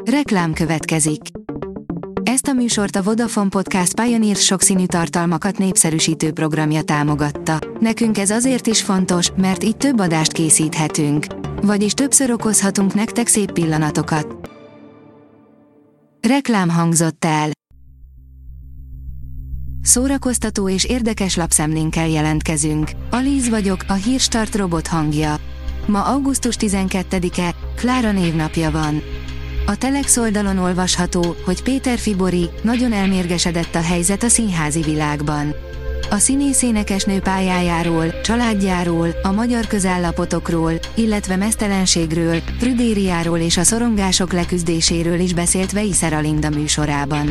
Reklám következik. Ezt a műsort a Vodafone Podcast Pioneer sokszínű tartalmakat népszerűsítő programja támogatta. Nekünk ez azért is fontos, mert így több adást készíthetünk. Vagyis többször okozhatunk nektek szép pillanatokat. Reklám hangzott el. Szórakoztató és érdekes lapszemlénkkel jelentkezünk. Alíz vagyok, a Hírstart robot hangja. Ma augusztus 12-e, Klára névnapja van. A Telex oldalon olvasható, hogy Péter Fibori nagyon elmérgesedett a helyzet a színházi világban. A színész-énekesnő pályájáról, családjáról, a magyar közállapotokról, illetve meztelenségről, prüdériáról és a szorongások leküzdéséről is beszélt Weiser Alinda műsorában.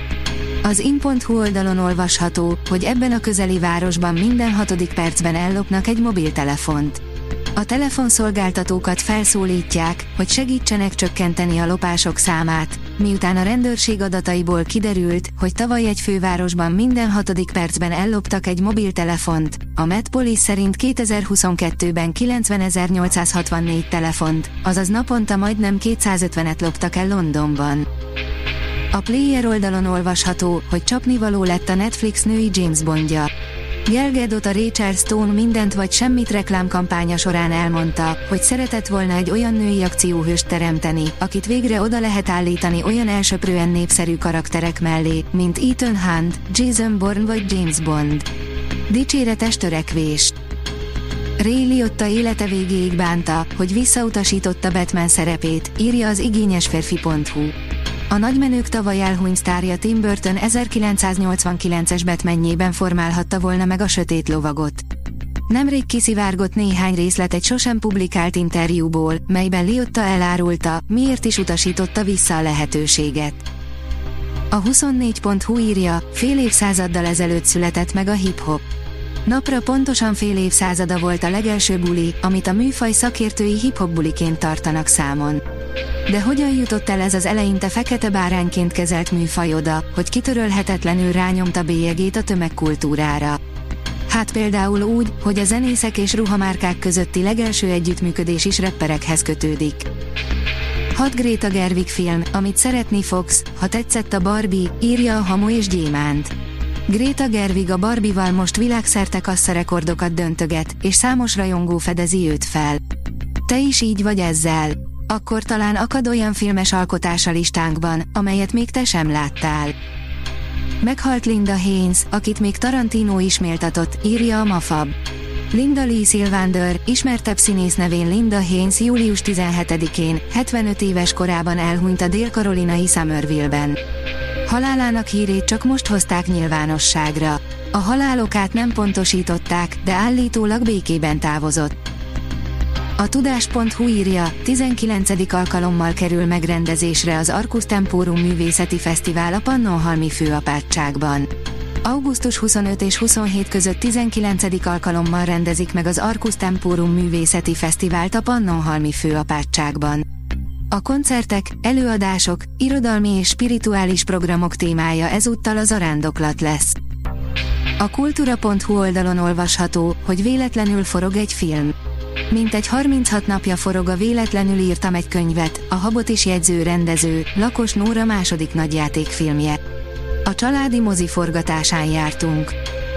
Az in.hu oldalon olvasható, hogy ebben a közeli városban minden 6. percben ellopnak egy mobiltelefont. A telefonszolgáltatókat felszólítják, hogy segítsenek csökkenteni a lopások számát, miután a rendőrség adataiból kiderült, hogy tavaly egy fővárosban minden 6. percben elloptak egy mobiltelefont, a Metpolice szerint 2022-ben 90.864 telefont, azaz naponta majdnem 250-et loptak el Londonban. A Player oldalon olvasható, hogy csapnivaló lett a Netflix női James Bondja. Gal Gadot a Rachel Stone Mindent vagy Semmit reklámkampánya során elmondta, hogy szeretett volna egy olyan női akcióhőst teremteni, akit végre oda lehet állítani olyan elsöprően népszerű karakterek mellé, mint Ethan Hunt, Jason Bourne vagy James Bond. Dicséretes törekvés. Ray Liotta élete végéig bánta, hogy visszautasította Batman szerepét, írja az igényesférfi.hu. A nagymenők tavaly elhunyt sztárja Tim Burton 1989-es Batmanjében formálhatta volna meg a sötét lovagot. Nemrég kiszivárgott néhány részlet egy sosem publikált interjúból, melyben Liotta elárulta, miért is utasította vissza a lehetőséget. A 24.hu írja, fél évszázaddal ezelőtt született meg a hip-hop. Napra pontosan fél évszázada volt a legelső buli, amit a műfaj szakértői hip-hop buliként tartanak számon. De hogyan jutott el ez az eleinte fekete bárányként kezelt műfaj oda, hogy kitörölhetetlenül rányomta bélyegét a tömegkultúrára? Hát például úgy, hogy a zenészek és ruhamárkák közötti legelső együttműködés is rapperekhez kötődik. 6 Greta Gerwig film, amit szeretni fogsz, ha tetszett a Barbie, írja a Hamu és Gyémánt. Greta Gerwig a Barbie-val most világszerte kasszarekordokat döntöget, és számos rajongó fedezi őt fel. Te is így vagy ezzel? Akkor talán akad olyan filmes alkotás a listánkban, amelyet még te sem láttál. Meghalt Linda Haynes, akit még Tarantino is méltatott, írja a Mafab. Linda Lee Sylvander, ismertebb színész nevén Linda Haynes július 17-én, 75 éves korában elhunyt a dél-karolinai Somerville-ben. Halálának hírét csak most hozták nyilvánosságra. A halálokát nem pontosították, de állítólag békében távozott. A tudás.hu írja, 19. alkalommal kerül megrendezésre az Arcus Temporum művészeti fesztivál a Pannonhalmi főapátságban. Augusztus 25 és 27 között 19. alkalommal rendezik meg az Arcus Temporum művészeti fesztivált a Pannonhalmi főapátságban. A koncertek, előadások, irodalmi és spirituális programok témája ezúttal a zarándoklat lesz. A kultúra.hu oldalon olvasható, hogy véletlenül forog egy film. Mintegy 36 napja forog a Véletlenül írtam egy könyvet, a Habot is jegyző rendező, Lakos Nóra második nagyjátékfilmje. A családi mozi forgatásán jártunk.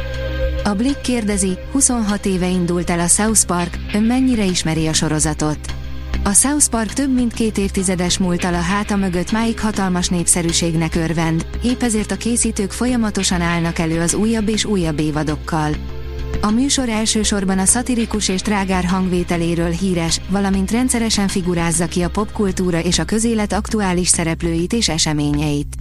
A Blick kérdezi, 26 éve indult el a South Park, ön mennyire ismeri a sorozatot? A South Park több mint 2 évtizedes múlttal a háta mögött máig hatalmas népszerűségnek örvend, épp ezért a készítők folyamatosan állnak elő az újabb és újabb évadokkal. A műsor elsősorban a szatirikus és trágár hangvételéről híres, valamint rendszeresen figurázza ki a popkultúra és a közélet aktuális szereplőit és eseményeit.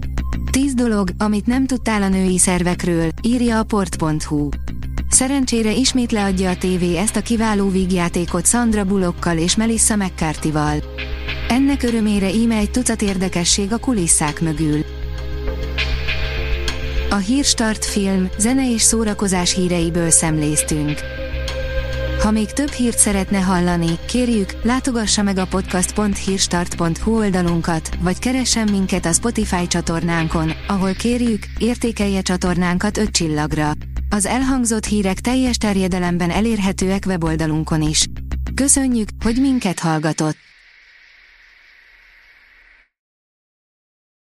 10 dolog, amit nem tudtál a női szervekről, írja a port.hu. Szerencsére ismét leadja a tévé ezt a kiváló vígjátékot Sandra Bullockkal és Melissa McCarthyval. Ennek örömére íme egy tucat érdekesség a kulisszák mögül. A Hírstart film, zene és szórakozás híreiből szemléztünk. Ha még több hírt szeretne hallani, kérjük, látogassa meg a podcast.hírstart.hu oldalunkat, vagy keressen minket a Spotify csatornánkon, ahol kérjük, értékelje csatornánkat 5 csillagra. Az elhangzott hírek teljes terjedelemben elérhetőek weboldalunkon is. Köszönjük, hogy minket hallgatott!